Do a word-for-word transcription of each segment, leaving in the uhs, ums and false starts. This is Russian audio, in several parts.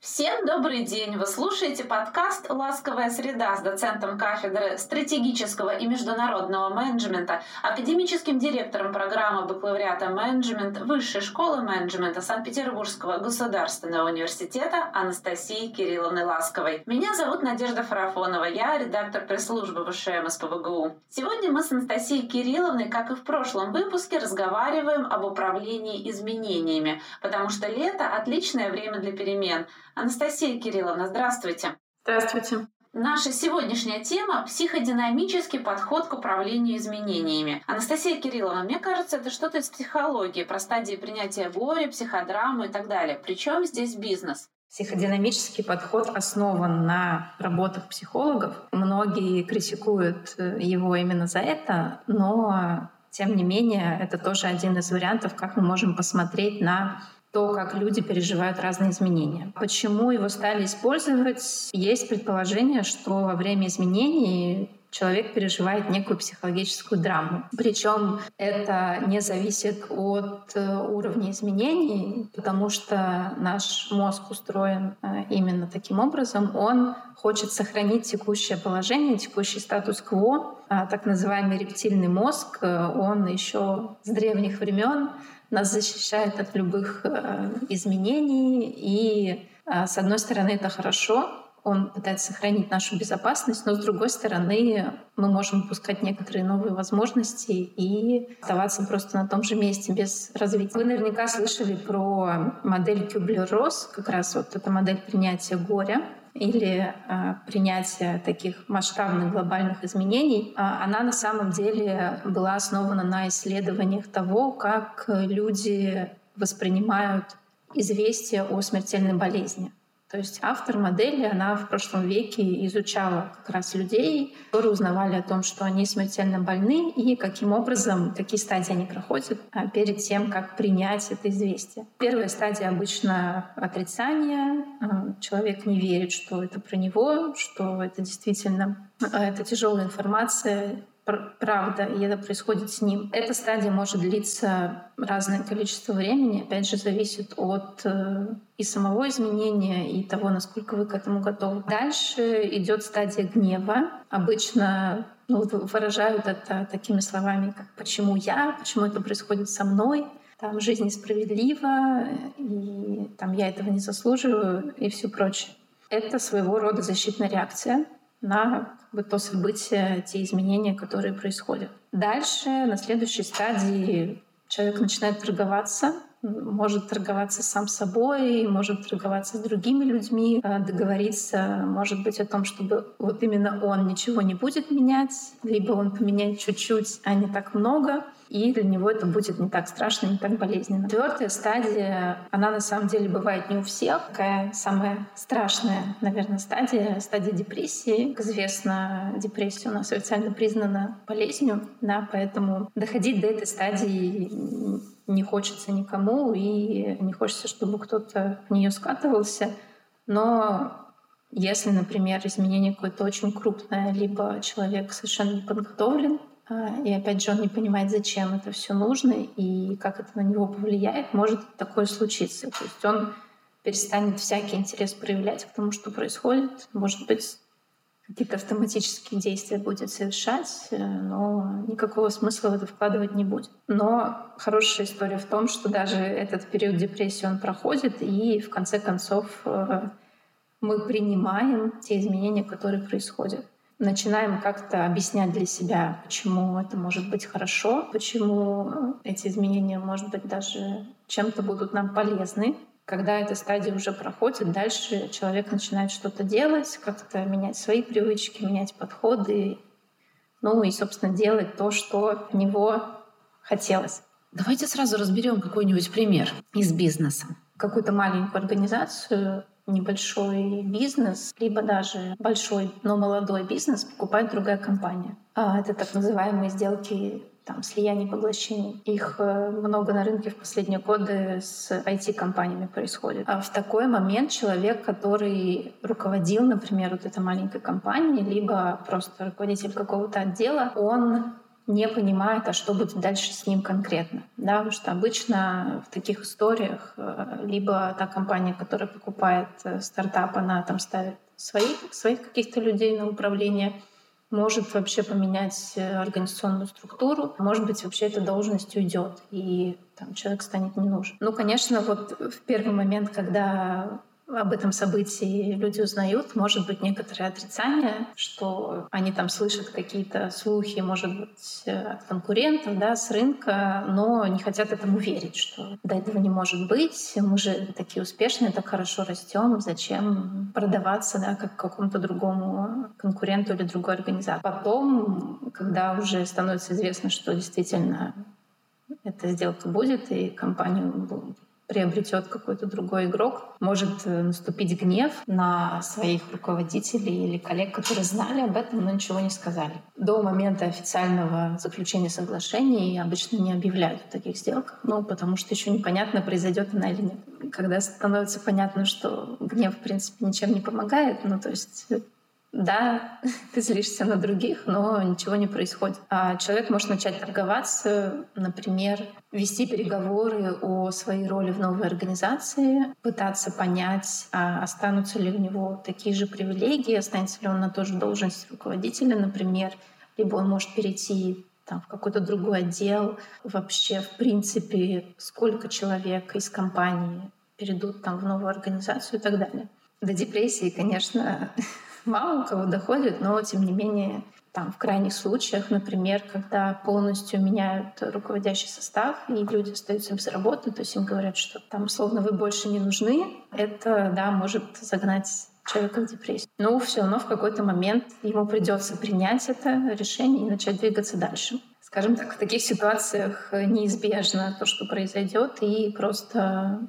Всем добрый день! Вы слушаете подкаст «Ласковая среда» с доцентом кафедры стратегического и международного менеджмента, академическим директором программы бакалавриата менеджмент Высшей школы менеджмента Санкт-Петербургского государственного университета Анастасией Кирилловной Ласковой. Меня зовут Надежда Фарафонова, я редактор пресс-службы ВШМ СПбГУ. Сегодня мы с Анастасией Кирилловной, как и в прошлом выпуске, разговариваем об управлении изменениями, потому что лето — отличное время для перемен. Анастасия Кирилловна, здравствуйте. Здравствуйте. Наша сегодняшняя тема — психодинамический подход к управлению изменениями. Анастасия Кирилловна, мне кажется, это что-то из психологии, про стадии принятия горя, психодраму и так далее. Причем здесь бизнес? Психодинамический подход основан на работах психологов. Многие критикуют его именно за это, но тем не менее это тоже один из вариантов, как мы можем посмотреть на то, как люди переживают разные изменения. Почему его стали использовать? Есть предположение, что во время изменений человек переживает некую психологическую драму. Причем это не зависит от уровня изменений, потому что наш мозг устроен именно таким образом. Он хочет сохранить текущее положение, текущий статус-кво. Так называемый рептильный мозг, он еще с древних времен нас защищает от любых изменений. И, с одной стороны, это хорошо. Он пытается сохранить нашу безопасность, но с другой стороны мы можем упускать некоторые новые возможности и оставаться просто на том же месте без развития. Вы наверняка слышали про модель Кюблер-Росс, как раз вот эта модель принятия горя или э, принятия таких масштабных глобальных изменений. Она на самом деле была основана на исследованиях того, как люди воспринимают известие о смертельной болезни. То есть автор модели, она в прошлом веке изучала как раз людей, которые узнавали о том, что они смертельно больны и каким образом, какие стадии они проходят перед тем, как принять это известие. Первая стадия обычно отрицание. Человек не верит, что это про него, что это действительно это тяжелая информация, правда, и это происходит с ним. Эта стадия может длиться разное количество времени. Опять же, зависит от э, и самого изменения, и того, насколько вы к этому готовы. Дальше идет стадия гнева. Обычно ну, выражают это такими словами, как «почему я?», «почему это происходит со мной?», там «жизнь несправедлива», и там «я этого не заслуживаю» и все прочее. Это своего рода защитная реакция на как бы, то событие, те изменения, которые происходят. Дальше, на следующей стадии, человек начинает торговаться, может торговаться сам собой, может торговаться с другими людьми, договориться, может быть, о том, чтобы вот именно он ничего не будет менять, либо он поменяет чуть-чуть, а не так много, и для него это будет не так страшно, не так болезненно. Четвертая стадия, она на самом деле бывает не у всех. Такая самая страшная, наверное, стадия, стадия депрессии. Как известно, депрессия у нас официально признана болезнью, да, поэтому доходить до этой стадии не хочется никому, и не хочется, чтобы кто-то в нее скатывался. Но если, например, изменение какое-то очень крупное, либо человек совершенно не подготовлен, и опять же он не понимает, зачем это все нужно и как это на него повлияет, может такое случиться. То есть он перестанет всякий интерес проявлять к тому, что происходит. Может быть, какие-то автоматические действия будет совершать, но никакого смысла в это вкладывать не будет. Но хорошая история в том, что даже этот период депрессии он проходит, и в конце концов мы принимаем те изменения, которые происходят. Начинаем как-то объяснять для себя, почему это может быть хорошо, почему эти изменения, может быть, даже чем-то будут нам полезны. Когда эта стадия уже проходит, дальше человек начинает что-то делать, как-то менять свои привычки, менять подходы, ну и, собственно, делать то, что от него хотелось. Давайте сразу разберем какой-нибудь пример из бизнеса. Какую-то маленькую организацию, небольшой бизнес, либо даже большой, но молодой бизнес покупает другая компания. Это так называемые сделки там, слияний, поглощений. Их много на рынке в последние годы с ай ти-компаниями происходит. А в такой момент человек, который руководил, например, вот этой маленькой компанией, либо просто руководитель какого-то отдела, он не понимает, а что будет дальше с ним конкретно. Да, потому что обычно в таких историях либо та компания, которая покупает стартап, она там ставит своих, своих каких-то людей на управление, может вообще поменять организационную структуру, может быть, вообще эта должность уйдет, и там человек станет не нужен. Ну, конечно, вот в первый момент, когда об этом событии люди узнают, может быть некоторое отрицание, что они там слышат какие-то слухи, может быть, от конкурентов, да, с рынка, но не хотят этому верить, что до этого не может быть, мы же такие успешные, так хорошо растем, зачем продаваться, да, как какому-то другому конкуренту или другой организации. Потом, когда уже становится известно, что действительно эта сделка будет, и компанию приобретет какой-то другой игрок, может наступить гнев на своих руководителей или коллег, которые знали об этом, но ничего не сказали. До момента официального заключения соглашений обычно не объявляют о таких сделках, ну, потому что еще непонятно, произойдет она или нет. Когда становится понятно, что гнев, в принципе, ничем не помогает, ну, то есть да, ты злишься на других, но ничего не происходит. А человек может начать торговаться, например, вести переговоры о своей роли в новой организации, пытаться понять, а останутся ли у него такие же привилегии, останется ли он на той же должности руководителя, например, либо он может перейти там, в какой-то другой отдел. Вообще, в принципе, сколько человек из компании перейдут там, в новую организацию и так далее. До депрессии, конечно, мало у кого доходит, но тем не менее там в крайних случаях, например, когда полностью меняют руководящий состав и люди остаются без работы, то есть им говорят, что там условно вы больше не нужны, это да, может загнать человека в депрессию. Ну все, но в какой-то момент ему придется принять это решение и начать двигаться дальше. Скажем так, в таких ситуациях неизбежно то, что произойдет, и просто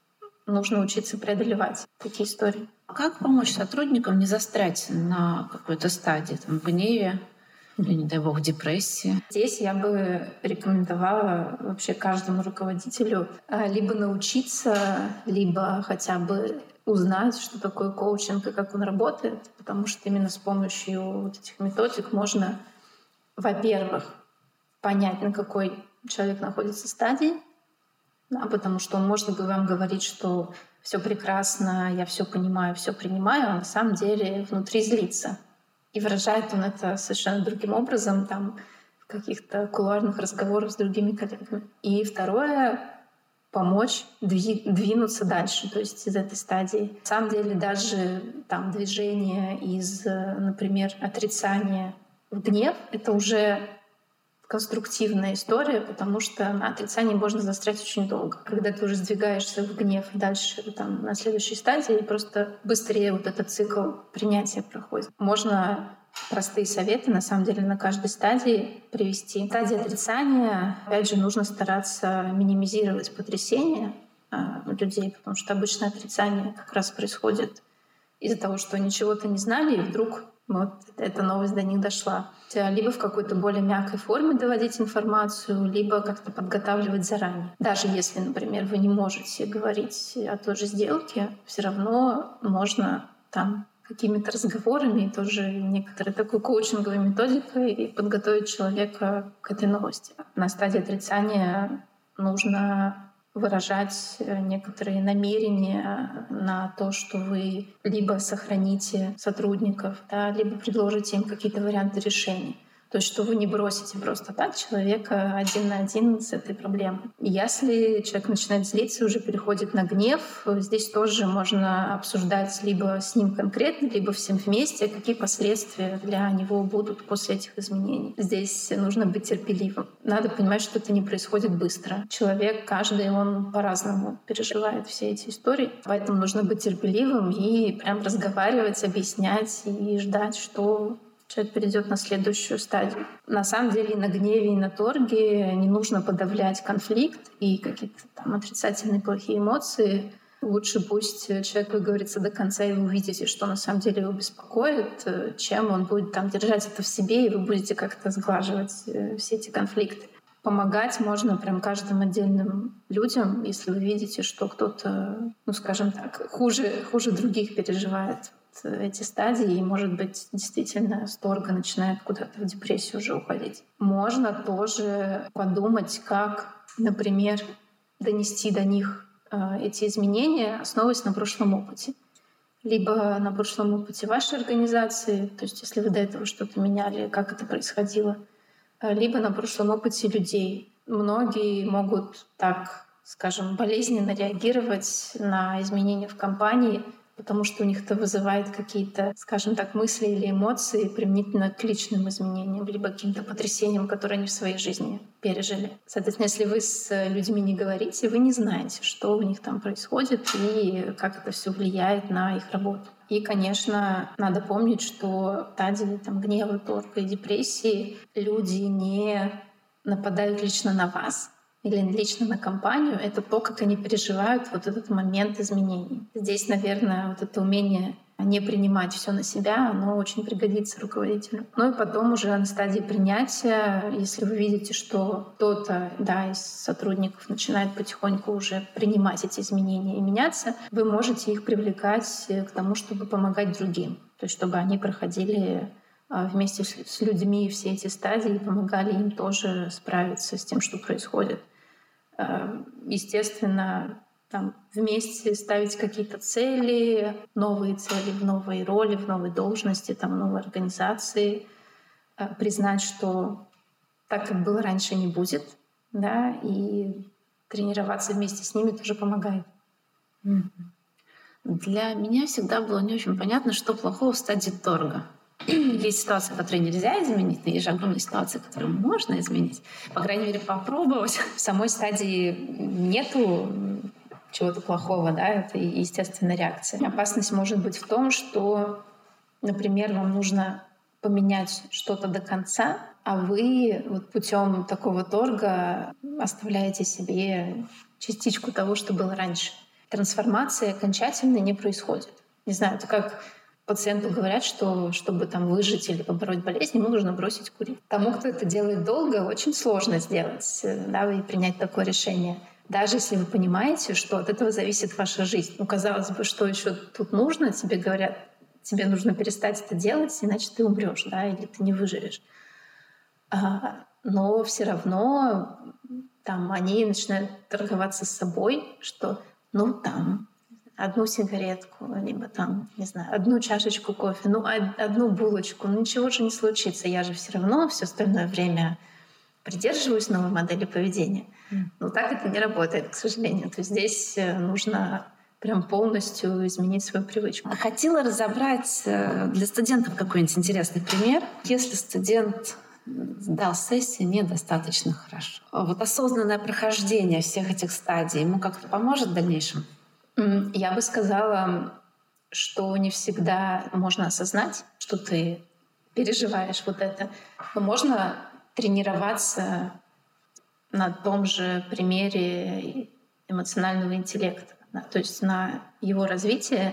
нужно учиться преодолевать такие истории. Как помочь сотрудникам не застрять на какой-то стадии, там, в гневе или, не дай бог, в депрессии? Здесь я бы рекомендовала вообще каждому руководителю либо научиться, либо хотя бы узнать, что такое коучинг и как он работает, потому что именно с помощью вот этих методик можно, во-первых, понять, на какой человек находится стадии, да, потому что он может вам говорить, что все прекрасно, я все понимаю, все принимаю, а на самом деле внутри злится. И выражает он это совершенно другим образом, там, в каких-то кулуарных разговорах с другими коллегами. И второе — помочь двинуться дальше, то есть из этой стадии. На самом деле даже там движение из, например, отрицания в гнев — это уже конструктивная история, потому что на отрицании можно застрять очень долго. Когда ты уже сдвигаешься в гнев дальше там, на следующей стадии, просто быстрее вот этот цикл принятия проходит. Можно простые советы, на самом деле, на каждой стадии привести. В стадии отрицания, опять же, нужно стараться минимизировать потрясение у людей, потому что обычно отрицание как раз происходит из-за того, что они чего-то не знали, и вдруг вот эта новость до них дошла. Либо в какой-то более мягкой форме доводить информацию, либо как-то подготавливать заранее. Даже если, например, вы не можете говорить о той же сделке, все равно можно там какими-то разговорами, тоже некоторой такой коучинговой методикой подготовить человека к этой новости. На стадии отрицания нужно выражать некоторые намерения на то, что вы либо сохраните сотрудников, да, либо предложите им какие-то варианты решений. То есть, что вы не бросите просто так человека один на один с этой проблемой. И если человек начинает злиться, уже переходит на гнев, здесь тоже можно обсуждать либо с ним конкретно, либо всем вместе, какие последствия для него будут после этих изменений. Здесь нужно быть терпеливым. Надо понимать, что это не происходит быстро. Человек, каждый, он по-разному переживает все эти истории. Поэтому нужно быть терпеливым и прям разговаривать, объяснять и ждать, что человек перейдет на следующую стадию. На самом деле и на гневе, и на торге не нужно подавлять конфликт и какие-то там отрицательные плохие эмоции. Лучше пусть человек выговорится до конца, и вы увидите, что на самом деле его беспокоит, чем он будет там держать это в себе, и вы будете как-то сглаживать все эти конфликты. помогать можно прям каждым отдельным людям, если вы видите, что кто-то, ну, скажем так, хуже, хуже других переживает эти стадии, и, может быть, действительно с торга начинает куда-то в депрессию уже уходить. Можно тоже подумать, как, например, донести до них э, эти изменения, основываясь на прошлом опыте. Либо на прошлом опыте вашей организации, то есть если вы до этого что-то меняли, как это происходило, либо на прошлом опыте людей. Многие могут так, скажем, болезненно реагировать на изменения в компании, потому что у них это вызывает какие-то, скажем так, мысли или эмоции применительно к личным изменениям, либо каким-то потрясениям, которые они в своей жизни пережили. Соответственно, если вы с людьми не говорите, вы не знаете, что у них там происходит и как это все влияет на их работу. И, конечно, надо помнить, что в стадии там, гнева, торга и депрессии люди не нападают лично на вас или лично на компанию. Это то, как они переживают вот этот момент изменений. Здесь, наверное, вот это умение не принимать все на себя, оно очень пригодится руководителю. Ну и потом уже на стадии принятия, если вы видите, что кто-то, да, из сотрудников начинает потихоньку уже принимать эти изменения и меняться, вы можете их привлекать к тому, чтобы помогать другим. То есть чтобы они проходили вместе с людьми все эти стадии и помогали им тоже справиться с тем, что происходит. Естественно, там, вместе ставить какие-то цели, новые цели в новой роли, в новой должности, там, в новой организации, признать, что так, как было раньше, не будет, да, и тренироваться вместе с ними тоже помогает. Для меня всегда было не очень понятно, что плохого в стадии торга. Есть ситуации, которые нельзя изменить, но есть же огромные ситуации, которые можно изменить. По крайней мере, попробовать. В самой стадии нету чего-то плохого, да, это естественная реакция. Опасность может быть в том, что, например, вам нужно поменять что-то до конца, а вы вот путем такого торга оставляете себе частичку того, что было раньше. Трансформация окончательно не происходит. Не знаю, это как пациенту говорят, что чтобы там выжить или побороть болезнь, ему нужно бросить курить. Тому, кто это делает долго, очень сложно сделать, да, и принять такое решение. Даже если вы понимаете, что от этого зависит ваша жизнь. Ну, казалось бы, что еще тут нужно? Тебе говорят, тебе нужно перестать это делать, иначе ты умрешь, да, или ты не выживешь. А, но все равно там они начинают торговаться с собой, что ну там одну сигаретку, либо там, не знаю, одну чашечку кофе, ну одну булочку, ну ничего же не случится, я же все равно все остальное время придерживаюсь новой модели поведения. Mm. Но так это не работает, к сожалению. То есть здесь нужно прям полностью изменить свою привычку. Хотела разобрать для студентов какой-нибудь интересный пример. Если студент сдал сессию недостаточно хорошо, вот осознанное прохождение всех этих стадий ему как-то поможет в дальнейшем? Я бы сказала, что не всегда можно осознать, что ты переживаешь вот это. Но можно тренироваться на том же примере эмоционального интеллекта. Да, то есть на его развитие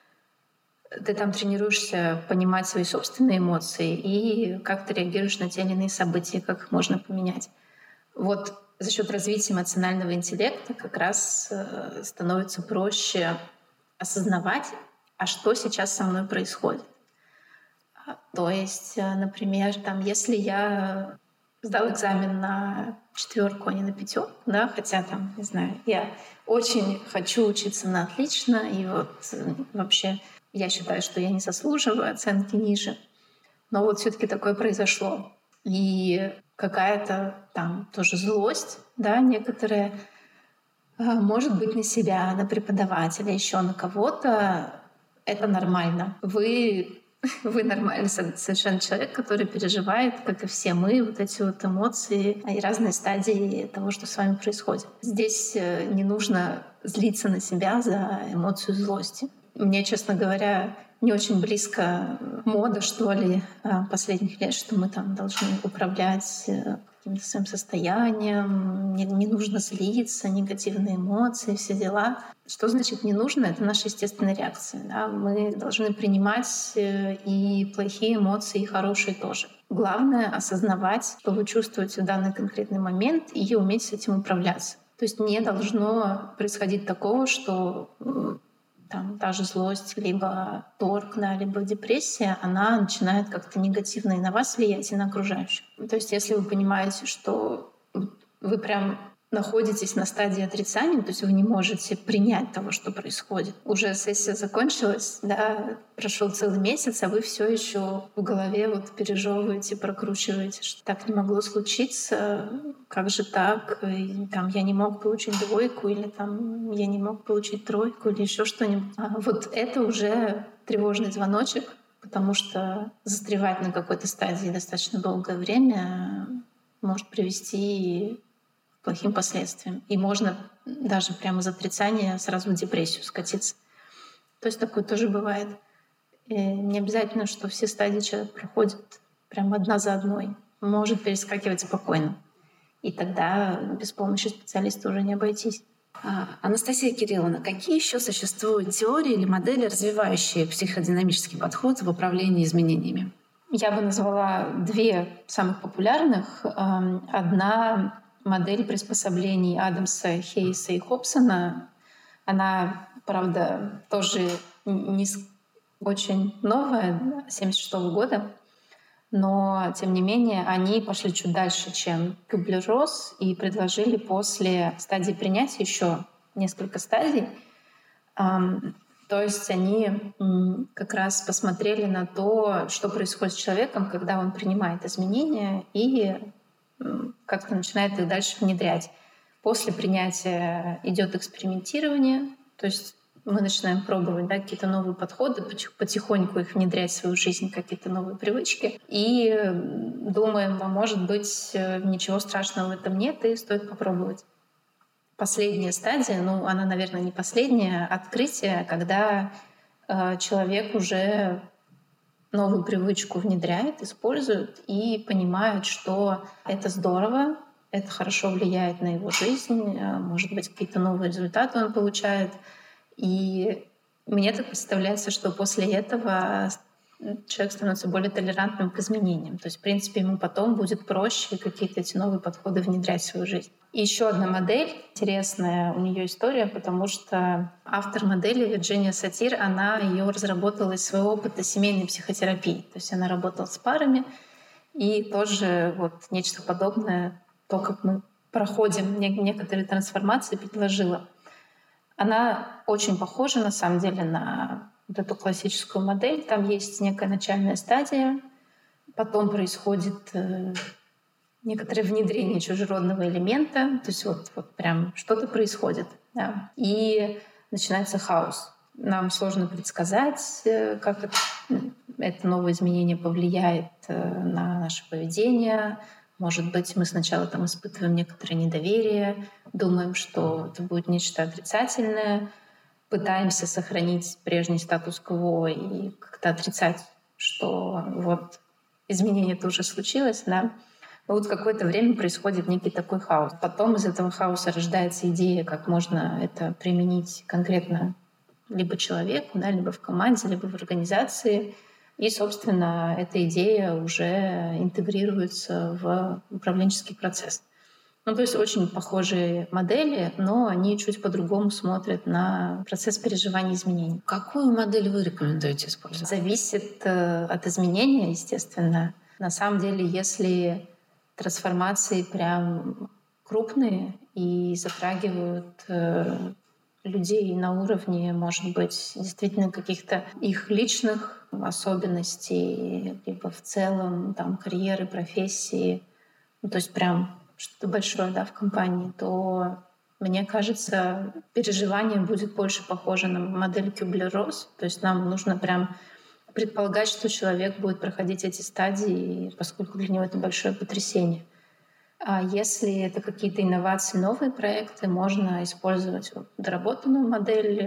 ты там тренируешься понимать свои собственные эмоции и как ты реагируешь на те или иные события, как их можно поменять. Вот за счет развития эмоционального интеллекта как раз становится проще осознавать, а что сейчас со мной происходит. То есть, например, там, если я сдал экзамен на четверку, а не на пятерку, да, хотя там, не знаю, я очень хочу учиться на отлично, и вот вообще я считаю, что я не заслуживаю оценки ниже. Но вот все-таки такое произошло. И какая-то там тоже злость, да, некоторая, может быть, на себя, на преподавателя, еще на кого-то. Это нормально. Вы Вы нормальный совершенно человек, который переживает, как и все мы, вот эти вот эмоции и разные стадии того, что с вами происходит. Здесь не нужно злиться на себя за эмоцию злости. Мне, честно говоря, не очень близко мода, что ли, последних лет, что мы там должны управлять каким-то своим состоянием, не, не нужно злиться, негативные эмоции, все дела. Что значит не нужно? Это наша естественная реакция. Да? Мы должны принимать и плохие эмоции, и хорошие тоже. Главное — осознавать, что вы чувствуете в данный конкретный момент, и уметь с этим управляться. То есть не должно происходить такого, что там та же злость, либо торг, да, либо депрессия, она начинает как-то негативно и на вас влиять, и на окружающих. То есть если вы понимаете, что вы прям находитесь на стадии отрицания, то есть вы не можете принять того, что происходит. Уже сессия закончилась, да, прошел целый месяц, а вы все еще в голове вот пережевываете, прокручиваете, что так не могло случиться, как же так, и, там, я не мог получить двойку, или там я не мог получить тройку, или еще что-нибудь. А вот это уже тревожный звоночек, потому что застревать на какой-то стадии достаточно долгое время может привести к плохим последствиям. И можно даже прямо из отрицания сразу в депрессию скатиться. То есть такое тоже бывает. И не обязательно, что все стадии человек проходит прямо одна за одной. Может перескакивать спокойно. И тогда без помощи специалиста уже не обойтись. А, Анастасия Кирилловна, какие еще существуют теории или модели, развивающие психодинамический подход в управлении изменениями? Я бы назвала две самых популярных. Одна модель приспособлений Адамса, Хейса и Хобсона. Она, правда, тоже не очень новая, семьдесят шестого года, но, тем не менее, они пошли чуть дальше, чем Кюблер-Росс, и предложили после стадии принятия еще несколько стадий. То есть они как раз посмотрели на то, что происходит с человеком, когда он принимает изменения и как-то начинает их дальше внедрять. После принятия идет экспериментирование, то есть мы начинаем пробовать, да, какие-то новые подходы, потихоньку их внедрять в свою жизнь, какие-то новые привычки. И думаем, а может быть, ничего страшного в этом нет, и стоит попробовать. Последняя стадия, ну, она, наверное, не последняя, открытие, когда э, человек уже новую привычку внедряет, использует и понимает, что это здорово, это хорошо влияет на его жизнь, может быть, какие-то новые результаты он получает. И мне так представляется, что после этого человек становится более толерантным к изменениям. То есть, в принципе, ему потом будет проще какие-то эти новые подходы внедрять в свою жизнь. И еще одна модель, интересная у нее история, потому что автор модели Вирджиния Сатир, она ее разработала из своего опыта семейной психотерапии. То есть она работала с парами, и тоже вот нечто подобное, то, как мы проходим некоторые трансформации, предложила. Она очень похожа, на самом деле, на вот эту классическую модель. Там есть некая начальная стадия, потом происходит некоторое внедрение чужеродного элемента, то есть вот, вот прям что-то происходит, да. И начинается хаос. Нам сложно предсказать, как это, это новое изменение повлияет на наше поведение. Может быть, мы сначала там испытываем некоторое недоверие, думаем, что это будет нечто отрицательное, пытаемся сохранить прежний статус-кво и как-то отрицать, что вот изменение-то уже случилось, да. Но вот какое-то время происходит некий такой хаос. Потом из этого хаоса рождается идея, как можно это применить конкретно либо человеку, да, либо в команде, либо в организации. И, собственно, эта идея уже интегрируется в управленческий процесс. Ну, то есть очень похожие модели, но они чуть по-другому смотрят на процесс переживания изменений. Какую модель вы рекомендуете использовать? Зависит э, от изменения, естественно. На самом деле, если трансформации прям крупные и затрагивают э, людей на уровне, может быть, действительно каких-то их личных особенностей, либо в целом там карьеры, профессии, ну, то есть прям что-то большое, да, в компании, то, мне кажется, переживание будет больше похоже на модель Кюблер-Росс. То есть нам нужно прям предполагать, что человек будет проходить эти стадии, поскольку для него это большое потрясение. А если это какие-то инновации, новые проекты, можно использовать вот доработанную модель.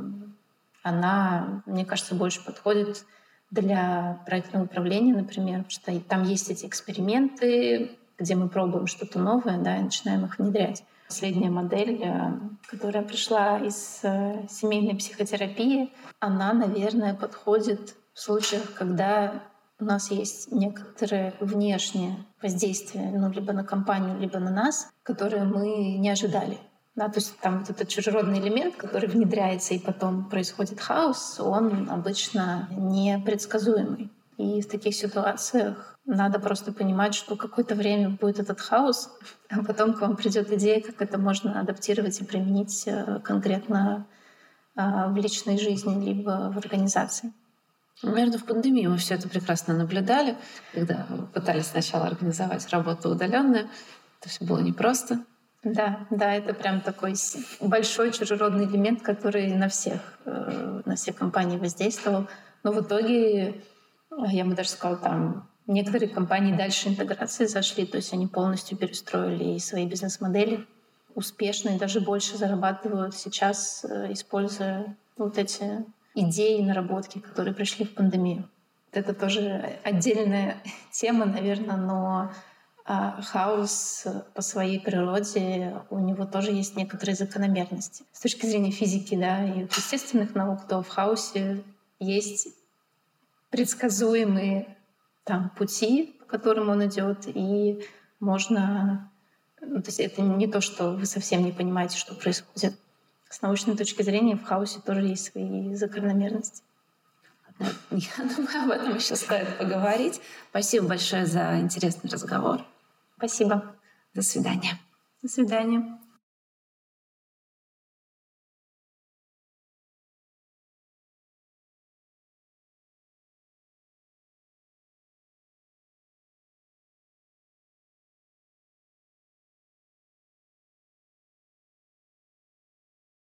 Она, мне кажется, больше подходит для проектного управления, например, потому что там есть эти эксперименты, где мы пробуем что-то новое, да, и начинаем их внедрять. Последняя модель, которая пришла из семейной психотерапии, она, наверное, подходит в случаях, когда у нас есть некоторое внешнее воздействие, ну, либо на компанию, либо на нас, которое мы не ожидали. Да, то есть там вот этот чужеродный элемент, который внедряется и потом происходит хаос, он обычно непредсказуемый. И в таких ситуациях надо просто понимать, что какое-то время будет этот хаос, а потом к вам придет идея, как это можно адаптировать и применить конкретно в личной жизни либо в организации. Наверное, в пандемии мы все это прекрасно наблюдали, когда пытались сначала организовать работу удаленную. Это все было непросто. Да, да, это прям такой большой чужеродный элемент, который на всех, на все компании воздействовал. Но в итоге, я бы даже сказала, там некоторые компании дальше интеграции зашли, то есть они полностью перестроили свои бизнес-модели успешно и даже больше зарабатывают сейчас, используя вот эти идеи и наработки, которые пришли в пандемию. Это тоже отдельная тема, наверное, но а хаос по своей природе, у него тоже есть некоторые закономерности. С точки зрения физики, да, и естественных наук, то в хаосе есть предсказуемые там пути, по которым он идет, и можно... Ну, то есть это не то, что вы совсем не понимаете, что происходит. С научной точки зрения в хаосе тоже есть свои закономерности. Я думаю, об этом еще стоит поговорить. Спасибо большое за интересный разговор. Спасибо. До свидания. До свидания.